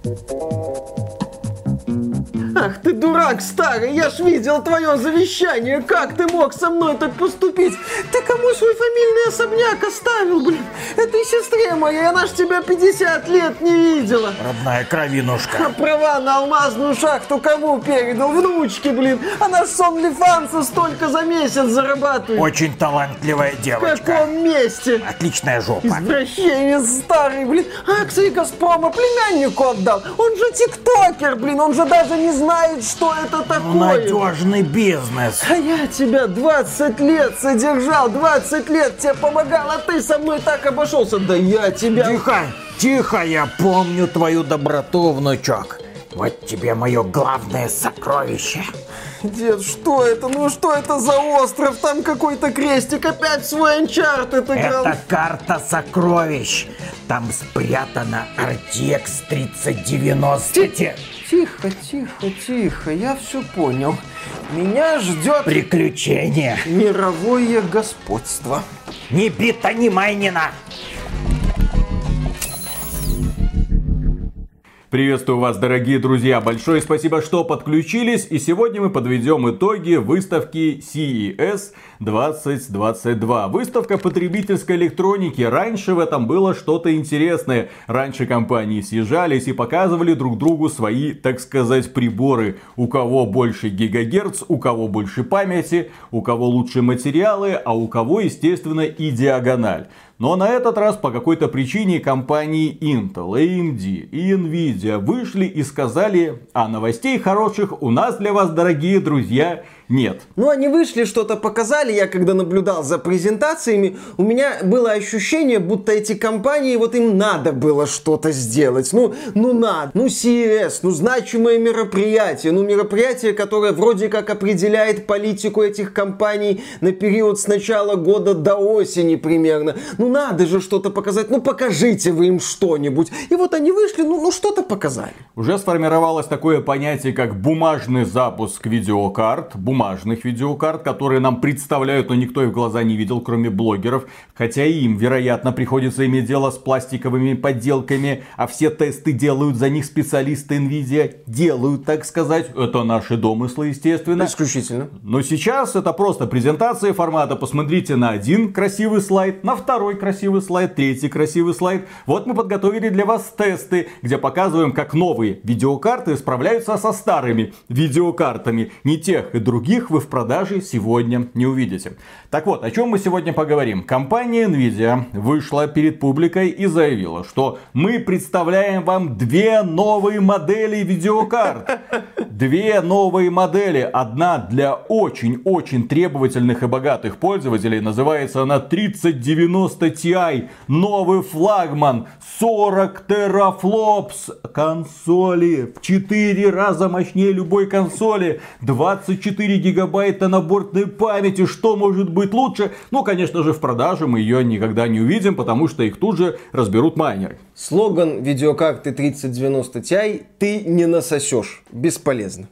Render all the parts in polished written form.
Ах ты дурак старый, я ж видел твое завещание, как ты мог со мной так поступить? Ты кому свой фамильный особняк оставил, блин? Этой сестре моей, она ж тебя 50 лет не видела. Родная кровинушка. А права на алмазную шахту кому передал? Внучке, блин. Она ж с OnlyFans столько за месяц зарабатывает. Очень талантливая В девочка. каком месте? Отличная жопа. Извращенец старый, блин. Акции Газпрома племяннику отдал. Он же тиктокер, блин. Он же даже не знает, что это такое. Надежный бизнес. А я тебя 20 лет содержал, 20 лет тебе помогал, а ты со мной так обошелся. Да я тебя... Тихо, тихо, я помню твою доброту, внучок. Вот тебе мое главное сокровище. Дед, что это? Ну что это за остров? Там какой-то крестик, опять свой Uncharted играл. Это карта сокровищ. Там спрятана RTX 3090. Тихо, тихо, тихо, я все понял. Меня ждет Приключение. мировое господство. Ни бита, ни майнина. Приветствую вас, дорогие друзья! Большое спасибо, что подключились. И сегодня мы подведем итоги выставки CES 2022. Выставка потребительской электроники. Раньше в этом было что-то интересное. Раньше компании съезжались и показывали друг другу свои, так сказать, приборы. У кого больше гигагерц, у кого больше памяти, у кого лучше материалы, а у кого, естественно, и диагональ. Но на этот раз по какой-то причине компании Intel, AMD и Nvidia вышли и сказали: а новостей хороших у нас для вас, дорогие друзья, нет. Ну, они вышли, что-то показали. Я когда наблюдал за презентациями, у меня было ощущение, будто эти компании, вот им надо было что-то сделать. Ну надо. Ну, CES, ну, значимое мероприятие. Ну, мероприятие, которое вроде как определяет политику этих компаний на период с начала года до осени примерно. Ну, надо же что-то показать. Ну, покажите вы им что-нибудь. И вот они вышли, ну что-то показали. Уже сформировалось такое понятие, как бумажный запуск видеокарт. Бумажных видеокарт, которые нам представляют, но никто их в глаза не видел, кроме блогеров. Хотя им, вероятно, приходится иметь дело с пластиковыми подделками, а все тесты делают за них специалисты Nvidia. Делают, так сказать. Это наши домыслы, естественно. Исключительно. Но сейчас это просто презентация формата. Посмотрите на один красивый слайд, на второй красивый слайд, третий красивый слайд. Вот мы подготовили для вас тесты, где показываем, как новые видеокарты справляются со старыми видеокартами. Не тех и других вы в продаже сегодня не увидите. Так вот, о чем мы сегодня поговорим. Компания Nvidia вышла перед публикой и заявила, что мы представляем вам две новые модели видеокарт. Две новые модели. Одна для очень-очень требовательных и богатых пользователей. Называется она 3090 Ti. Новый флагман. 40 терафлопс. Консоли в 4 раза мощнее любой консоли. 24 гигабайта наборной памяти. Что может быть лучше? Ну, конечно же, в продаже мы ее никогда не увидим, потому что их тут же разберут майнеры. Слоган видеокарты 3090 Ti: ты не насосешь. Бесполезно.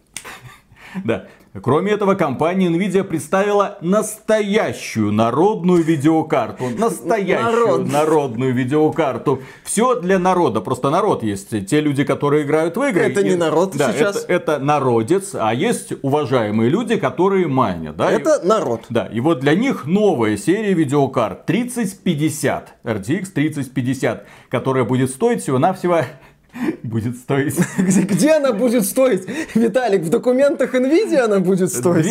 Да. Кроме этого, компания Nvidia представила настоящую народную видеокарту. Настоящую народную видеокарту. Все для народа. Просто народ есть. Те люди, которые играют в игры. Это не народ сейчас. Это народец. А есть уважаемые люди, которые майнят. Да? Это народ. Да. И вот для них новая серия видеокарт 3050. RTX 3050. Которая будет стоить всего-навсего... Будет стоить... Где она будет стоить? Виталик, в документах Nvidia она будет стоить?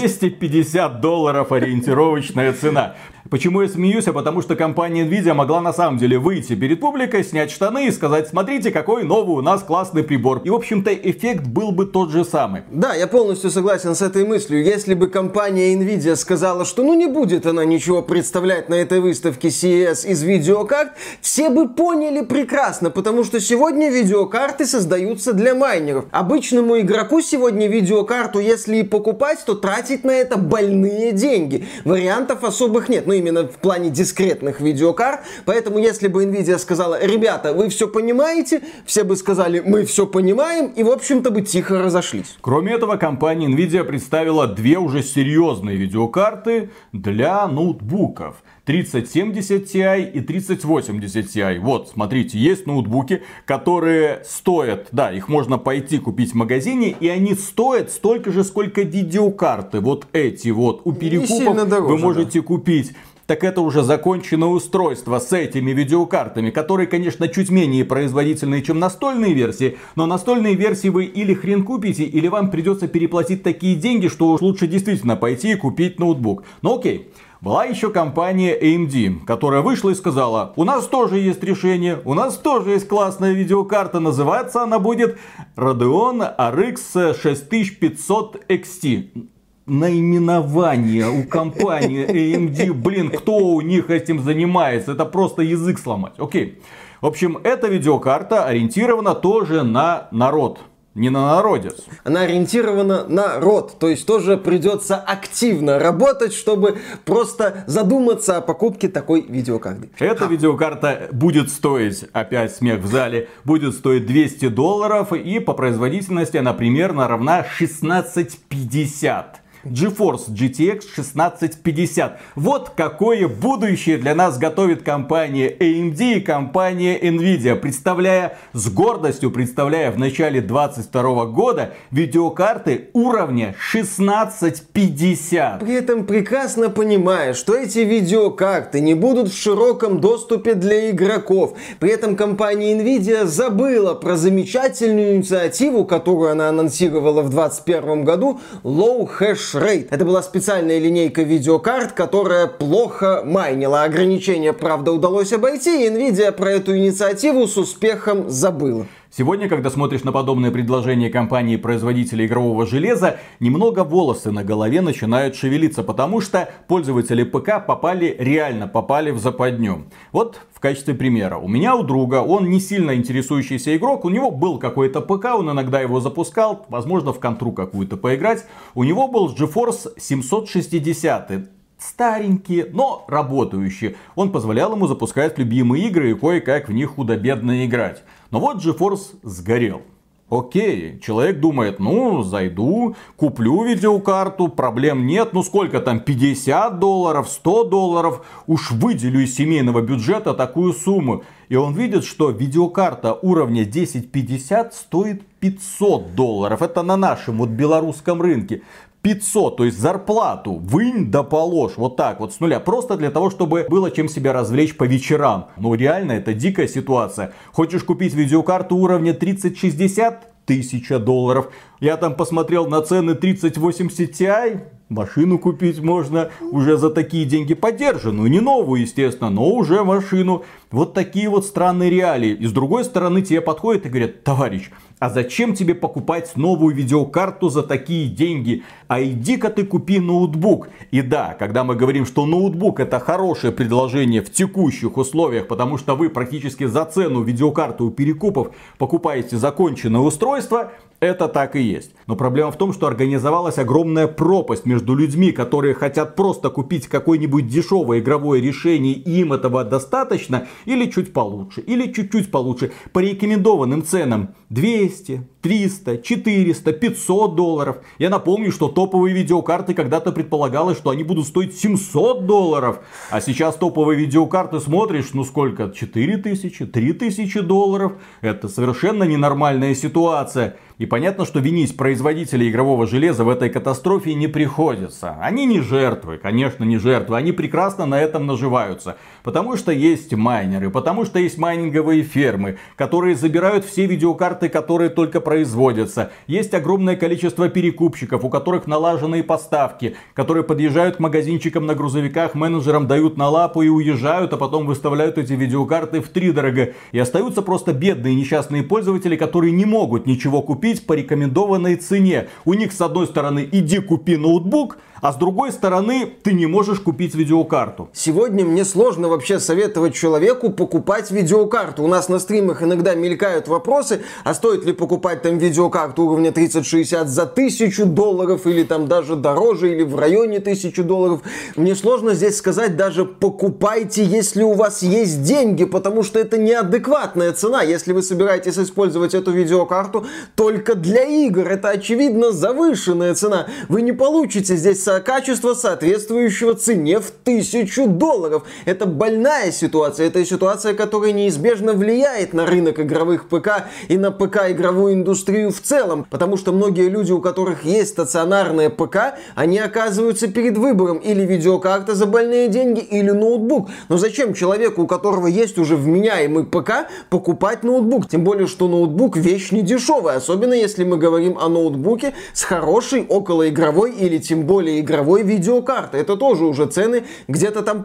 $250 ориентировочная цена. Почему я смеюсь? А потому что компания Nvidia могла на самом деле выйти перед публикой, снять штаны и сказать: смотрите, какой новый у нас классный прибор. И в общем-то эффект был бы тот же самый. Да, я полностью согласен с этой мыслью. Если бы компания Nvidia сказала, что не будет она ничего представлять на этой выставке CES из видеокарт, все бы поняли прекрасно, потому что сегодня видеокарты создаются для майнеров. Обычному игроку сегодня видеокарту, если и покупать, то тратить на это больные деньги. Вариантов особых нет. Именно в плане дискретных видеокарт. Поэтому, если бы Nvidia сказала: ребята, вы все понимаете, все бы сказали: мы все понимаем, и, в общем-то, бы тихо разошлись. Кроме этого, компания Nvidia представила две уже серьезные видеокарты для ноутбуков. 3070 Ti и 3080 Ti. Вот, смотрите, есть ноутбуки, которые стоят, да, их можно пойти купить в магазине, и они стоят столько же, сколько видеокарты. Вот эти вот у перекупов дороже, вы можете купить. Так это уже законченное устройство с этими видеокартами, которые, конечно, чуть менее производительные, чем настольные версии, но настольные версии вы или хрен купите, или вам придется переплатить такие деньги, что уж лучше действительно пойти и купить ноутбук. Но окей. Была еще компания AMD, которая вышла и сказала: у нас тоже есть решение, у нас тоже есть классная видеокарта, называется она будет Radeon RX 6500 XT. Наименование у компании AMD, блин, кто у них этим занимается, это просто язык сломать. Окей. В общем, эта видеокарта ориентирована тоже на народ. Не на народец. Она ориентирована на род, то есть тоже придется активно работать, чтобы просто задуматься о покупке такой видеокарты. Эта видеокарта будет стоить, опять смех в зале, будет стоить $200, и по производительности она примерно равна 1650. GeForce GTX 1650. Вот какое будущее для нас готовит компания AMD и компания Nvidia. С гордостью представляя в начале 2022 года видеокарты уровня 1650. При этом прекрасно понимая, что эти видеокарты не будут в широком доступе для игроков. При этом компания Nvidia забыла про замечательную инициативу, которую она анонсировала в 2021 году, Low Hash Rate. Это была специальная линейка видеокарт, которая плохо майнила. Ограничения, правда, удалось обойти, и Nvidia про эту инициативу с успехом забыла. Сегодня, когда смотришь на подобные предложения компании-производителей игрового железа, немного волосы на голове начинают шевелиться, потому что пользователи ПК реально попали в западню. Вот в качестве примера. У меня у друга, он не сильно интересующийся игрок, у него был какой-то ПК, он иногда его запускал, возможно, в контру какую-то поиграть. У него был GeForce 760. Старенькие, но работающие. Он позволял ему запускать любимые игры и кое-как в них худо-бедно играть. Но вот GeForce сгорел. Окей, человек думает, ну, зайду, куплю видеокарту, проблем нет, ну сколько там, $50, $100, уж выделю из семейного бюджета такую сумму. И он видит, что видеокарта уровня 1050 стоит $500. Это на нашем вот белорусском рынке. 500, то есть зарплату вынь да положь, вот так вот с нуля, просто для того, чтобы было чем себя развлечь по вечерам. Ну реально, это дикая ситуация. Хочешь купить видеокарту уровня 3060? $1000. Я там посмотрел на цены 3080 Ti. Машину купить можно уже за такие деньги, подержанную, не новую, естественно, но уже машину. Вот такие вот странные реалии. И с другой стороны тебе подходят и говорят: товарищ, а зачем тебе покупать новую видеокарту за такие деньги? А иди-ка ты купи ноутбук. И да, когда мы говорим, что ноутбук это хорошее предложение в текущих условиях, потому что вы практически за цену видеокарты у перекупов покупаете законченное устройство, это так и есть. Но проблема в том, что организовалась огромная пропасть между людьми, которые хотят просто купить какое-нибудь дешевое игровое решение, и им этого достаточно, или чуть получше, или чуть-чуть получше, по рекомендованным ценам 200, 300, 400, $500. Я напомню, что топовые видеокарты когда-то предполагалось, что они будут стоить $700. А сейчас топовые видеокарты смотришь, ну сколько, $4000, $3000. Это совершенно ненормальная ситуация. И понятно, что винить производителей игрового железа в этой катастрофе не приходится. Они не жертвы, конечно, не жертвы. Они прекрасно на этом наживаются. Потому что есть майнеры, потому что есть майнинговые фермы, которые забирают все видеокарты, которые только производятся. Есть огромное количество перекупщиков, у которых налаженные поставки, которые подъезжают к магазинчикам на грузовиках, менеджерам дают на лапу и уезжают, а потом выставляют эти видеокарты втридорога. И остаются просто бедные несчастные пользователи, которые не могут ничего купить по рекомендованной цене. У них с одной стороны иди купи ноутбук, а с другой стороны ты не можешь купить видеокарту. Сегодня мне сложно вообще советовать человеку покупать видеокарту. У нас на стримах иногда мелькают вопросы, а стоит ли покупать там видеокарту уровня 3060 за $1000 или там даже дороже, или в районе $1000. Мне сложно здесь сказать даже покупайте, если у вас есть деньги, потому что это неадекватная цена. Если вы собираетесь использовать эту видеокарту только только для игр. Это, очевидно, завышенная цена. Вы не получите здесь качество, соответствующего цене в $1000. Это больная ситуация. Это ситуация, которая неизбежно влияет на рынок игровых ПК и на ПК-игровую индустрию в целом. Потому что многие люди, у которых есть стационарное ПК, они оказываются перед выбором: или видеокарта за больные деньги, или ноутбук. Но зачем человеку, у которого есть уже вменяемый ПК, покупать ноутбук? Тем более, что ноутбук вещь не дешевая, особенно если мы говорим о ноутбуке с хорошей околоигровой или тем более игровой видеокартой. Это тоже уже цены где-то там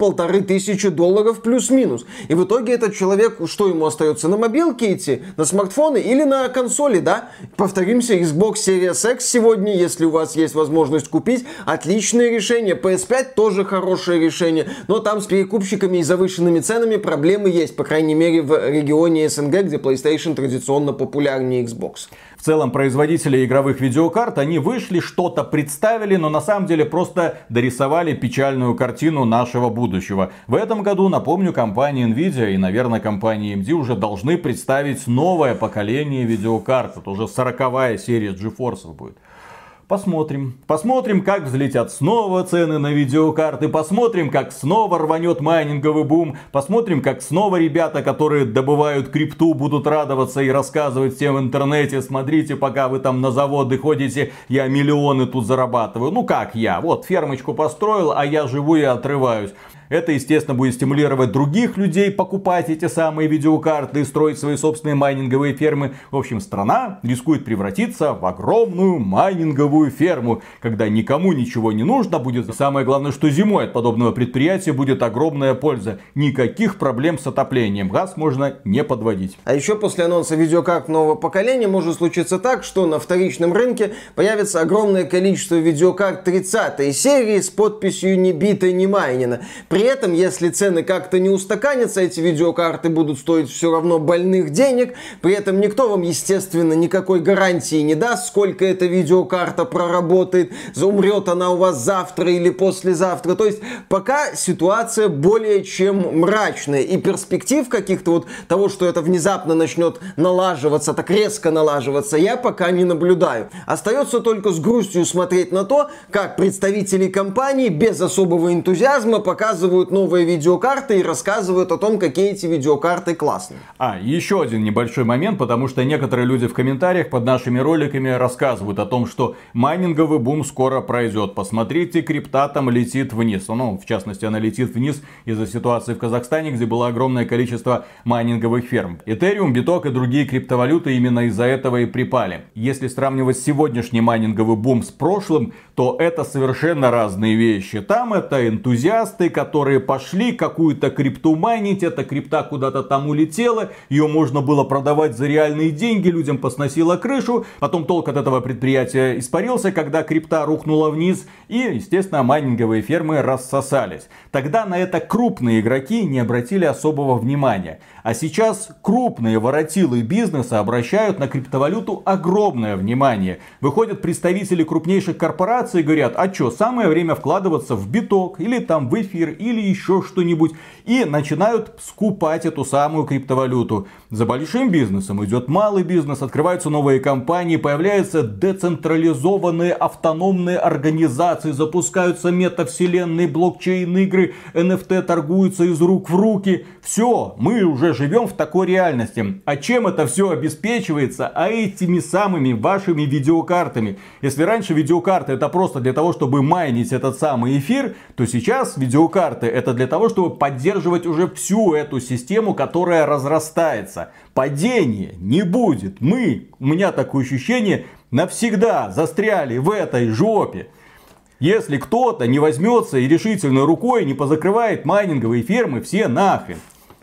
$1500 плюс-минус. И в итоге этот человек, что ему остается? На мобилке идти? На смартфоны или на консоли, да? Повторимся, Xbox Series X сегодня, если у вас есть возможность купить, отличное решение. PS5 тоже хорошее решение, но там с перекупщиками и завышенными ценами проблемы есть, по крайней мере в регионе СНГ, где PlayStation традиционно популярнее Xbox. В целом, производители игровых видеокарт, они вышли, что-то представили, но на самом деле просто дорисовали печальную картину нашего будущего. В этом году, напомню, компания Nvidia и, наверное, компания AMD уже должны представить новое поколение видеокарт. Это уже 40-я серия GeForce будет. Посмотрим. Посмотрим, как взлетят снова цены на видеокарты. Посмотрим, как снова рванет майнинговый бум. Посмотрим, как снова ребята, которые добывают крипту, будут радоваться и рассказывать всем в интернете: смотрите, пока вы там на заводы ходите, я миллионы тут зарабатываю. Ну как я? Вот фермочку построил, а я живу и отрываюсь. Это, естественно, будет стимулировать других людей покупать эти самые видеокарты и строить свои собственные майнинговые фермы. В общем, страна рискует превратиться в огромную майнинговую ферму, когда никому ничего не нужно будет. Самое главное, что зимой от подобного предприятия будет огромная польза. Никаких проблем с отоплением. Газ можно не подводить. А еще после анонса видеокарт нового поколения может случиться так, что на вторичном рынке появится огромное количество видеокарт 30-й серии с подписью «Не бита, не майнена». При этом, если цены как-то не устаканятся, эти видеокарты будут стоить все равно больных денег. При этом никто вам, естественно, никакой гарантии не даст, сколько эта видеокарта проработает, умрет она у вас завтра или послезавтра. То есть пока ситуация более чем мрачная. И перспектив каких-то вот того, что это внезапно начнет налаживаться, так резко налаживаться, я пока не наблюдаю. Остается только с грустью смотреть на то, как представители компании без особого энтузиазма показывают новые видеокарты и рассказывают о том, какие эти видеокарты классные. Еще один небольшой момент, потому что некоторые люди в комментариях под нашими роликами рассказывают о том, что майнинговый бум скоро пройдет. Посмотрите, крипта там летит вниз. Ну, в частности, она летит вниз из-за ситуации в Казахстане, где было огромное количество майнинговых ферм. Этериум, биток и другие криптовалюты именно из-за этого и припали. Если сравнивать сегодняшний майнинговый бум с прошлым, то это совершенно разные вещи. Там это энтузиасты, которые пошли какую-то крипту майнить, эта крипта куда-то там улетела, ее можно было продавать за реальные деньги, людям посносило крышу, потом толк от этого предприятия испарился, когда крипта рухнула вниз, и, естественно, майнинговые фермы рассосались. Тогда на это крупные игроки не обратили особого внимания. А сейчас крупные воротилы бизнеса обращают на криптовалюту огромное внимание. Выходят представители крупнейших корпораций и говорят: а что, самое время вкладываться в биток, или там в эфир, или еще что-нибудь. И начинают скупать эту самую криптовалюту. За большим бизнесом идет малый бизнес, открываются новые компании, появляются децентрализованные автономные организации, запускаются метавселенные, блокчейн-игры, NFT торгуются из рук в руки. Все, мы уже живем в такой реальности. А чем это все обеспечивается? А этими самыми вашими видеокартами. Если раньше видеокарты это просто для того, чтобы майнить этот самый эфир, то сейчас видеокарты это для того, чтобы поддерживать уже всю эту систему, которая разрастается. Падения не будет. У меня такое ощущение, навсегда застряли в этой жопе. Если кто-то не возьмется и решительной рукой не позакрывает майнинговые фермы, все нахрен.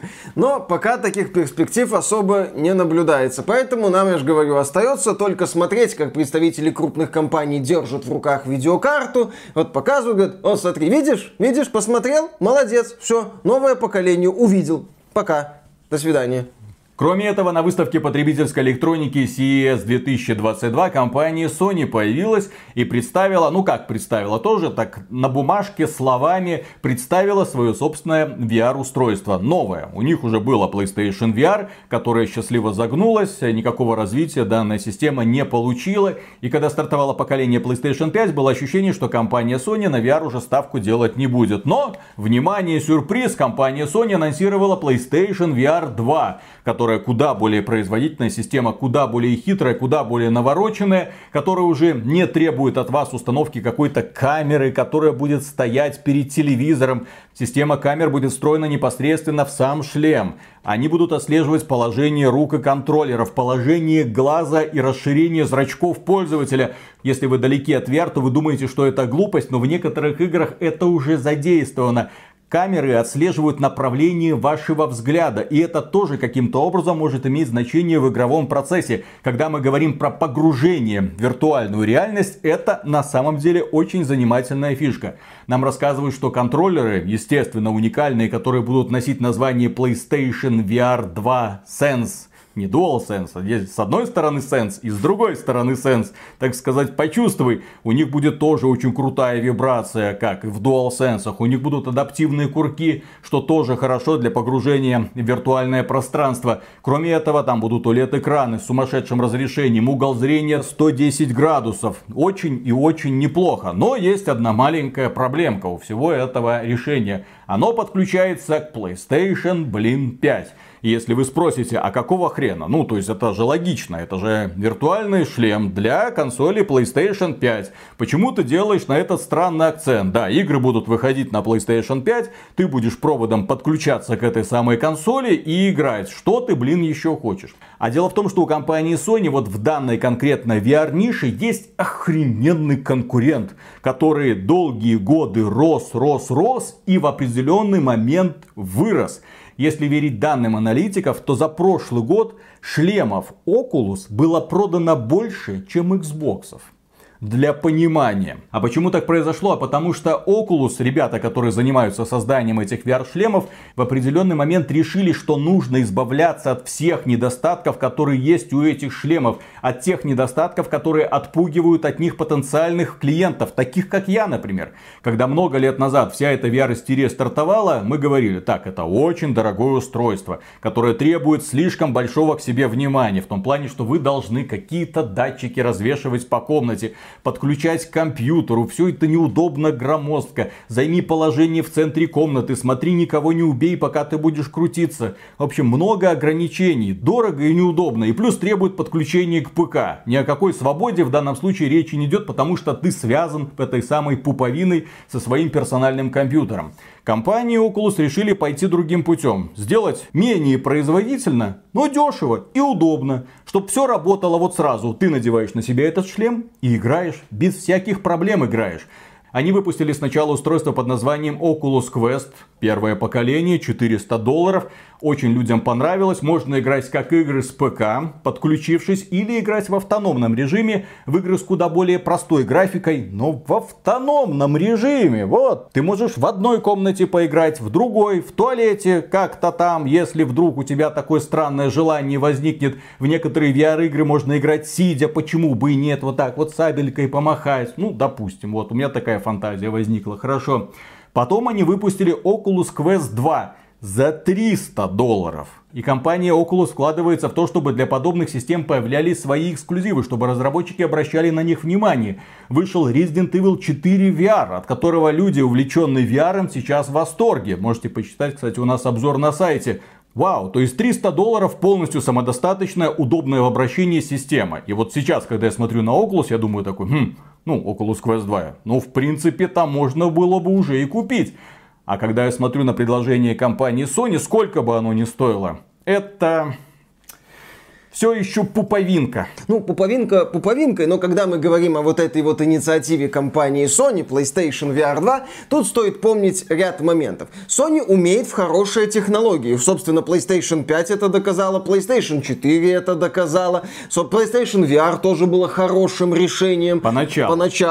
Но пока таких перспектив особо не наблюдается. Поэтому нам, я же говорю, остается только смотреть, как представители крупных компаний держат в руках видеокарту. Вот показывают, говорят: о, смотри, видишь, посмотрел? Молодец, все, новое поколение увидел. Пока, до свидания. Кроме этого, на выставке потребительской электроники CES 2022 компания Sony появилась и представила, ну как представила, тоже так на бумажке словами представила свое собственное VR-устройство. Новое. У них уже было PlayStation VR, которая счастливо загнулась, никакого развития данная система не получила. И когда стартовало поколение PlayStation 5, было ощущение, что компания Sony на VR уже ставку делать не будет. Но, внимание, сюрприз, компания Sony анонсировала PlayStation VR 2, которая куда более производительная система, куда более хитрая, куда более навороченная, которая уже не требует от вас установки какой-то камеры, которая будет стоять перед телевизором. Система камер будет встроена непосредственно в сам шлем. Они будут отслеживать положение рук и контроллеров, положение глаза и расширение зрачков пользователя. Если вы далеки от VR, то вы думаете, что это глупость, но в некоторых играх это уже задействовано. Камеры отслеживают направление вашего взгляда, и это тоже каким-то образом может иметь значение в игровом процессе. Когда мы говорим про погружение в виртуальную реальность, это на самом деле очень занимательная фишка. Нам рассказывают, что контроллеры, естественно, уникальные, которые будут носить название PlayStation VR 2 Sense. Не DualSense, а здесь с одной стороны Sense и с другой стороны Sense. Так сказать, почувствуй. У них будет тоже очень крутая вибрация, как и в DualSense. У них будут адаптивные курки, что тоже хорошо для погружения в виртуальное пространство. Кроме этого, там будут OLED-экраны с сумасшедшим разрешением. Угол зрения 110 градусов. Очень и очень неплохо. Но есть одна маленькая проблемка у всего этого решения. Оно подключается к PlayStation, 5. И если вы спросите, а какого хрена? Ну, то есть это же логично, это же виртуальный шлем для консоли PlayStation 5. Почему ты делаешь на этот странный акцент? Да, игры будут выходить на PlayStation 5, ты будешь проводом подключаться к этой самой консоли и играть. Что ты, еще хочешь? А дело в том, что у компании Sony вот в данной конкретно VR-нише есть охрененный конкурент, который долгие годы рос и в определенный момент вырос. Если верить данным аналитиков, то за прошлый год шлемов Oculus было продано больше, чем Xbox'ов. Для понимания. А почему так произошло? А потому что Oculus, ребята, которые занимаются созданием этих VR-шлемов, в определенный момент решили, что нужно избавляться от всех недостатков, которые есть у этих шлемов. От тех недостатков, которые отпугивают от них потенциальных клиентов, таких как я, например. Когда много лет назад вся эта VR-истерия стартовала, мы говорили, так, это очень дорогое устройство, которое требует слишком большого к себе внимания. В том плане, что вы должны какие-то датчики развешивать по комнате, подключать к компьютеру, все это неудобно, громоздко. Займи положение в центре комнаты, смотри, никого не убей, пока ты будешь крутиться. В общем, много ограничений, дорого и неудобно, и плюс требует подключения к ПК. Ни о какой свободе в данном случае речи не идет, потому что ты связан этой самой пуповиной со своим персональным компьютером. Компании Oculus решили пойти другим путем. Сделать менее производительно, но дешево и удобно. Чтобы все работало вот сразу. Ты надеваешь на себя этот шлем и играешь. Без всяких проблем играешь. Они выпустили сначала устройство под названием Oculus Quest. Первое поколение, $400. Очень людям понравилось. Можно играть как игры с ПК, подключившись, или играть в автономном режиме, в игры с куда более простой графикой, но в автономном режиме. Вот, ты можешь в одной комнате поиграть, в другой, в туалете, как-то там, если вдруг у тебя такое странное желание возникнет. В некоторые VR-игры можно играть сидя, почему бы и нет, вот так вот сабелькой помахать. Ну, допустим, вот у меня такая фантазия возникла, хорошо. Потом они выпустили Oculus Quest 2 за $300. И компания Oculus вкладывается в то, чтобы для подобных систем появлялись свои эксклюзивы, чтобы разработчики обращали на них внимание. Вышел Resident Evil 4 VR, от которого люди, увлеченные VR, сейчас в восторге. Можете почитать, кстати, у нас обзор на сайте. Вау, то есть $300 полностью самодостаточная, удобная в обращении система. И вот сейчас, когда я смотрю на Oculus, я думаю такой, Oculus Quest 2, в принципе, там можно было бы уже и купить. А когда я смотрю на предложение компании Sony, сколько бы оно ни стоило, это все еще пуповинка. Пуповинка пуповинкой, но когда мы говорим о вот этой вот инициативе компании Sony, PlayStation VR 2, тут стоит помнить ряд моментов. Sony умеет в хорошие технологии. Собственно, PlayStation 5 это доказала, PlayStation 4 это доказала. PlayStation VR тоже было хорошим решением. Поначалу.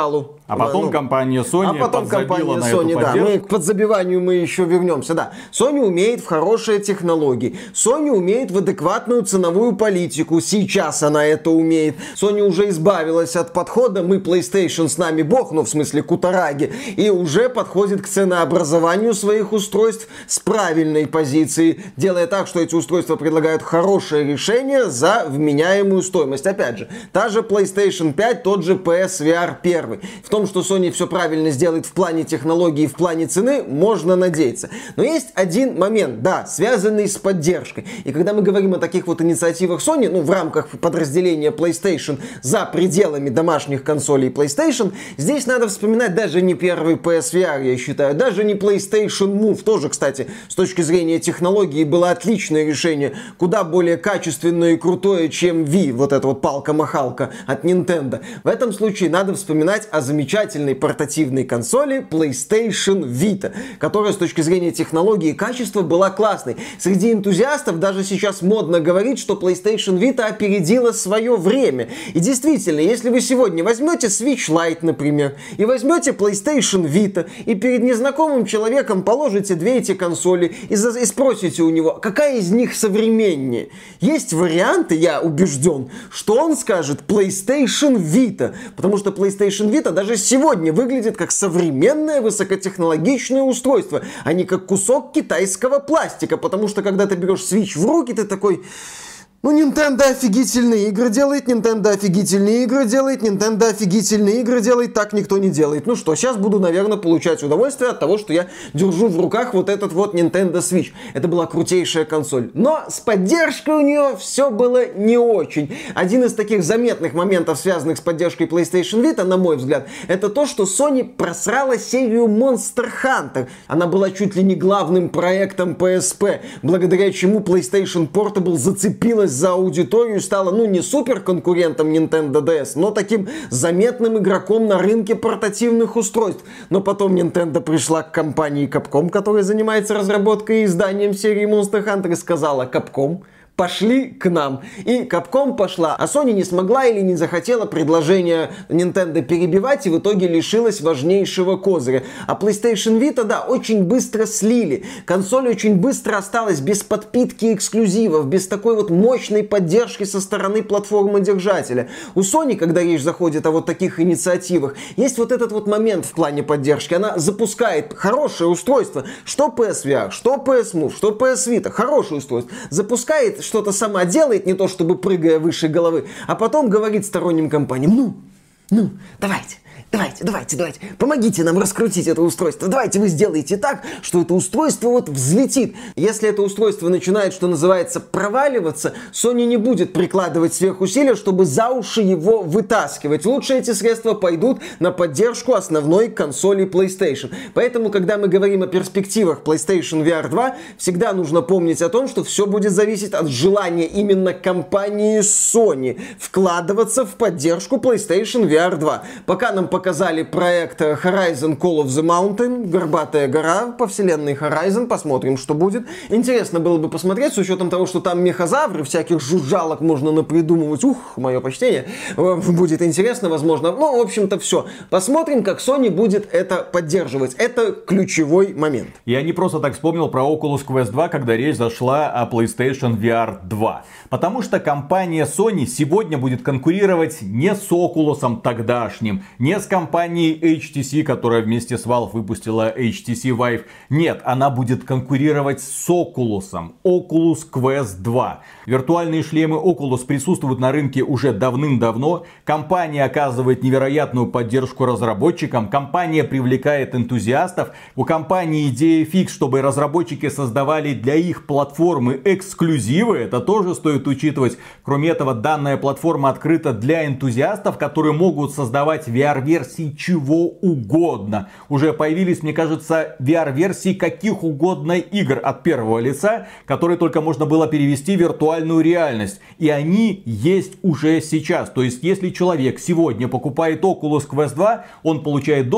А потом компания Sony подзабила на эту поддержку. К подзабиванию мы еще вернемся. Да, Sony умеет в хорошие технологии. Sony умеет в адекватную ценовую политику. Сейчас она это умеет. Sony уже избавилась от подхода «мы PlayStation, с нами бог», ну в смысле Кутараги, и уже подходит к ценообразованию своих устройств с правильной позиции, делая так, что эти устройства предлагают хорошее решение за вменяемую стоимость. Опять же, та же PlayStation 5, тот же PSVR 1. В том, что Sony все правильно сделает в плане технологий и в плане цены, можно надеяться. Но есть один момент, да, связанный с поддержкой. И когда мы говорим о таких вот инициативах Sony, ну, в рамках подразделения PlayStation за пределами домашних консолей PlayStation, здесь надо вспоминать даже не первый PSVR, я считаю, даже не PlayStation Move, тоже, кстати, с точки зрения технологии было отличное решение, куда более качественное и крутое, чем Wii, вот эта вот палка-махалка от Nintendo. В этом случае надо вспоминать о замечательной портативной консоли PlayStation Vita, которая с точки зрения технологии и качества была классной. Среди энтузиастов даже сейчас модно говорить, что PlayStation Vita опередила свое время. И действительно, если вы сегодня возьмете Switch Lite, например, и возьмете PlayStation Vita, и перед незнакомым человеком положите две эти консоли и спросите у него, какая из них современнее. Есть варианты, я убежден, что он скажет PlayStation Vita, потому что PlayStation Vita даже сегодня выглядит как современное высокотехнологичное устройство, а не как кусок китайского пластика, потому что когда ты берешь Switch в руки, ты такой... Ну, Nintendo офигительные игры делает, Nintendo офигительные игры делает, Nintendo офигительные игры делает, так никто не делает. Ну что, сейчас буду, наверное, получать удовольствие от того, что я держу в руках вот этот вот Nintendo Switch. Это была крутейшая консоль. Но с поддержкой у нее все было не очень. Один из таких заметных моментов, связанных с поддержкой PlayStation Vita, на мой взгляд, это то, что Sony просрала серию Monster Hunter. Она была чуть ли не главным проектом PSP, благодаря чему PlayStation Portable зацепилась за аудиторию и стала, ну, не супер конкурентом Nintendo DS, но таким заметным игроком на рынке портативных устройств. Но потом Nintendo пришла к компании Capcom, которая занимается разработкой и изданием серии Monster Hunter, и сказала: Capcom, пошли к нам. И Capcom пошла, а Sony не смогла или не захотела предложение Nintendo перебивать и в итоге лишилась важнейшего козыря. А PlayStation Vita, да, очень быстро слили. Консоль очень быстро осталась без подпитки эксклюзивов, без такой вот мощной поддержки со стороны платформы-держателя. У Sony, когда речь заходит о вот таких инициативах, есть вот этот вот момент в плане поддержки. Она запускает хорошее устройство, что PSVR, что PS Move, что PS Vita, хорошее устройство, запускает, что-то сама делает, не то чтобы прыгая выше головы, а потом говорит сторонним компаниям: ну, давайте, помогите нам раскрутить это устройство. Давайте вы сделаете так, что это устройство вот взлетит. Если это устройство начинает, что называется, проваливаться, Sony не будет прикладывать сверхусилия, чтобы за уши его вытаскивать. Лучше эти средства пойдут на поддержку основной консоли PlayStation. Поэтому, когда мы говорим о перспективах PlayStation VR 2, всегда нужно помнить о том, что все будет зависеть от желания именно компании Sony вкладываться в поддержку PlayStation VR 2. Пока нам показали проект Horizon Call of the Mountain, горбатая гора по вселенной Horizon, посмотрим, что будет. Интересно было бы посмотреть, с учетом того, что там мехозавры, всяких жужжалок можно напридумывать. Мое почтение. Будет интересно, возможно. Ну, в общем-то, все. Посмотрим, как Sony будет это поддерживать. Это ключевой момент. Я не просто так вспомнил про Oculus Quest 2, когда речь зашла о PlayStation VR 2. Потому что компания Sony сегодня будет конкурировать не с Oculus тогдашним, не с компанией HTC, которая вместе с Valve выпустила HTC Vive. Нет, она будет конкурировать с Oculus. Oculus Quest 2. Виртуальные шлемы Oculus присутствуют на рынке уже давным-давно. Компания оказывает невероятную поддержку разработчикам. Компания привлекает энтузиастов. У компании идея фикс, чтобы разработчики создавали для их платформы эксклюзивы. Это тоже стоит учитывать. Кроме этого, данная платформа открыта для энтузиастов, которые могут создавать VR-версии чего угодно. Уже появились, мне кажется, VR-версии каких угодно игр от первого лица, которые только можно было перевести в виртуальную реальность. И они есть уже сейчас. То есть, если человек сегодня покупает Oculus Quest 2, он получает доступ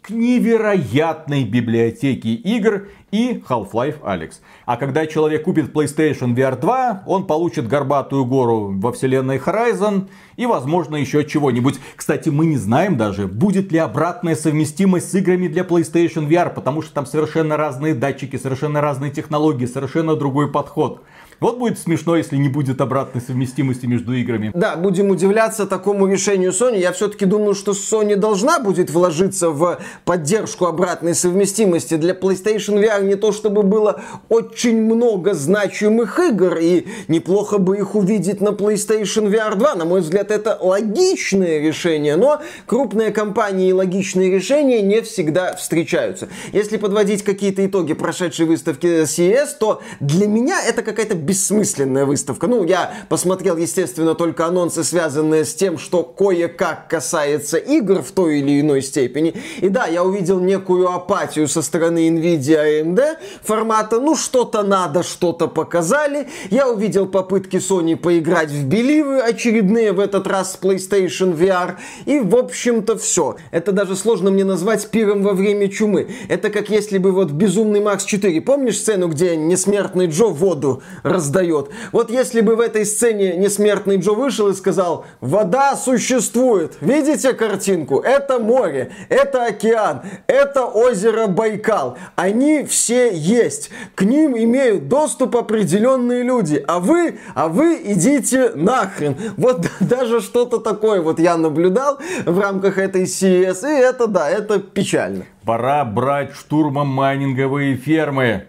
к невероятной библиотеке игр и Half-Life Alyx. А когда человек купит PlayStation VR 2, он получит горбатую гору во вселенной Horizon и, возможно, еще чего-нибудь. Кстати, мы не знаем даже, будет ли обратная совместимость с играми для PlayStation VR, потому что там совершенно разные датчики, совершенно разные технологии, совершенно другой подход. Вот будет смешно, если не будет обратной совместимости между играми. Да, будем удивляться такому решению Sony. Я все-таки думаю, что Sony должна будет вложиться в поддержку обратной совместимости. Для PlayStation VR не то чтобы было очень много значимых игр, и неплохо бы их увидеть на PlayStation VR 2. На мой взгляд, это логичное решение, но крупные компании и логичные решения не всегда встречаются. Если подводить какие-то итоги прошедшей выставки CES, то для меня это какая-то бессмысленная выставка. Ну, я посмотрел, естественно, только анонсы, связанные с тем, что кое-как касается игр в той или иной степени. И да, я увидел некую апатию со стороны Nvidia и AMD формата, ну, что-то надо, что-то показали. Я увидел попытки Sony поиграть в Беливы, очередные в этот раз с PlayStation VR. И, в общем-то, все. Это даже сложно мне назвать пиром во время чумы. Это как если бы вот Безумный Макс 4, помнишь сцену, где несмертный Джо воду раздает? Вот если бы в этой сцене несмертный Джо вышел и сказал: вода существует, видите картинку? Это море, это океан, это озеро Байкал. Они все есть. К ним имеют доступ определенные люди. А вы идите нахрен. Вот даже что-то такое вот я наблюдал в рамках этой CES. И это, да, это печально. Пора брать штурмом майнинговые фермы.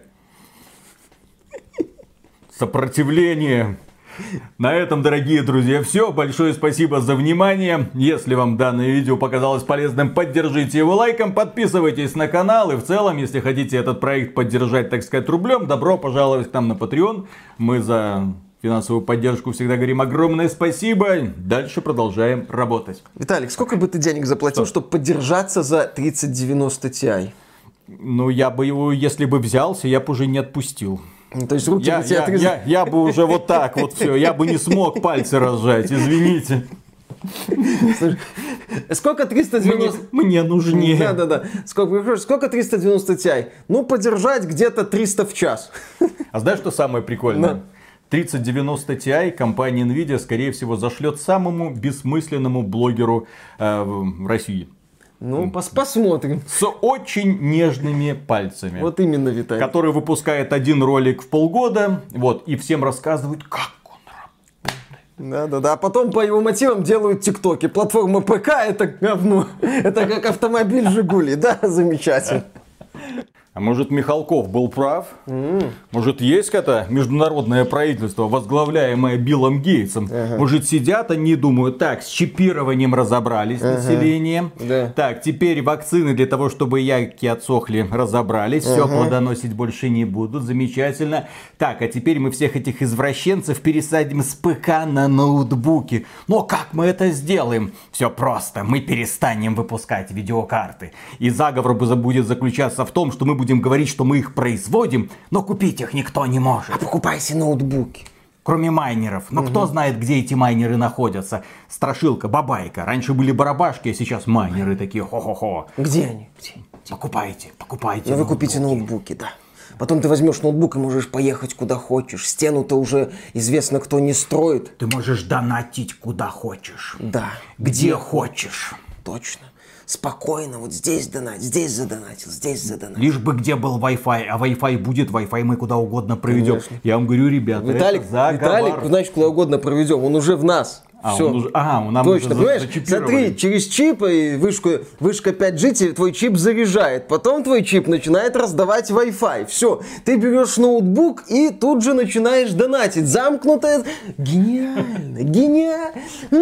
Сопротивление. На этом, дорогие друзья, все. Большое спасибо за внимание. Если вам данное видео показалось полезным, поддержите его лайком, подписывайтесь на канал. И в целом, если хотите этот проект поддержать, так сказать, рублем, добро пожаловать к нам на Patreon. Мы за финансовую поддержку всегда говорим огромное спасибо. Дальше продолжаем работать. Виталик, сколько бы ты денег заплатил, чтобы поддержаться за 3090 Ti? Ну, я бы его, если бы взялся, я бы уже не отпустил. То есть руки бы тебе отрезали? Я бы уже вот так вот все, я бы не смог пальцы разжать, извините. Слушай, сколько 390... Мне нужнее. Да. Сколько 390 Ti? Ну, подержать где-то 300 в час. А знаешь, что самое прикольное? Да. 3090 Ti компания Nvidia, скорее всего, зашлет самому бессмысленному блогеру в России. Ну, посмотрим. С очень нежными пальцами. Вот именно, Виталий. Который выпускает один ролик в полгода, вот, и всем рассказывает, как он работает. Да. А потом по его мотивам делают тиктоки. Платформа ПК — это говно. Это как автомобиль Жигули. Да, замечательно. А может, Михалков был прав? Может, есть какое-то международное правительство, возглавляемое Биллом Гейтсом? Может, сидят они и думают: так, с чипированием разобрались население. Да. Так, теперь вакцины для того, чтобы яйки отсохли, разобрались. Все, плодоносить больше не будут. Замечательно. Так, а теперь мы всех этих извращенцев пересадим с ПК на ноутбуки. Но как мы это сделаем? Все просто. Мы перестанем выпускать видеокарты. И заговор будет заключаться в том, что мы будем говорить, что мы их производим, но купить их никто не может. А покупайте ноутбуки. Кроме майнеров. Но кто знает, где эти майнеры находятся? Страшилка, бабайка. Раньше были барабашки, а сейчас майнеры такие хо-хо-хо. Где они? Покупайте. Ну, вы купите ноутбуки, да. Потом ты возьмешь ноутбук и можешь поехать куда хочешь. Стену-то уже известно, кто не строит. Ты можешь донатить куда хочешь. Да. Где хочешь. Точно. Спокойно, вот здесь донать, здесь задонатил, здесь задонатил. Лишь бы где был Wi-Fi, а Wi-Fi будет, Wi-Fi мы куда угодно проведем. Конечно. Я вам говорю, ребята, Виталик, значит, куда угодно проведем, он уже в нас. Все. Нам точно, понимаешь? Смотри, через чип и вышка 5G, твой чип заряжает. Потом твой чип начинает раздавать Wi-Fi. Все, ты берешь ноутбук и тут же начинаешь донатить. Замкнутое. Гениально.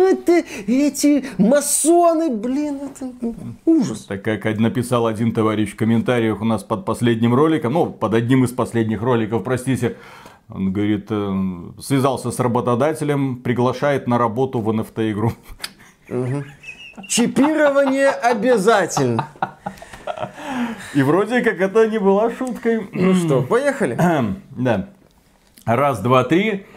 Эти масоны, блин, это ужас. Так как написал один товарищ в комментариях у нас под последним роликом, под одним из последних роликов, простите. Он говорит, связался с работодателем, приглашает на работу в NFT-игру. Чипирование обязательно. И вроде как это не была шуткой. Ну что, поехали? Да. Раз, два, три.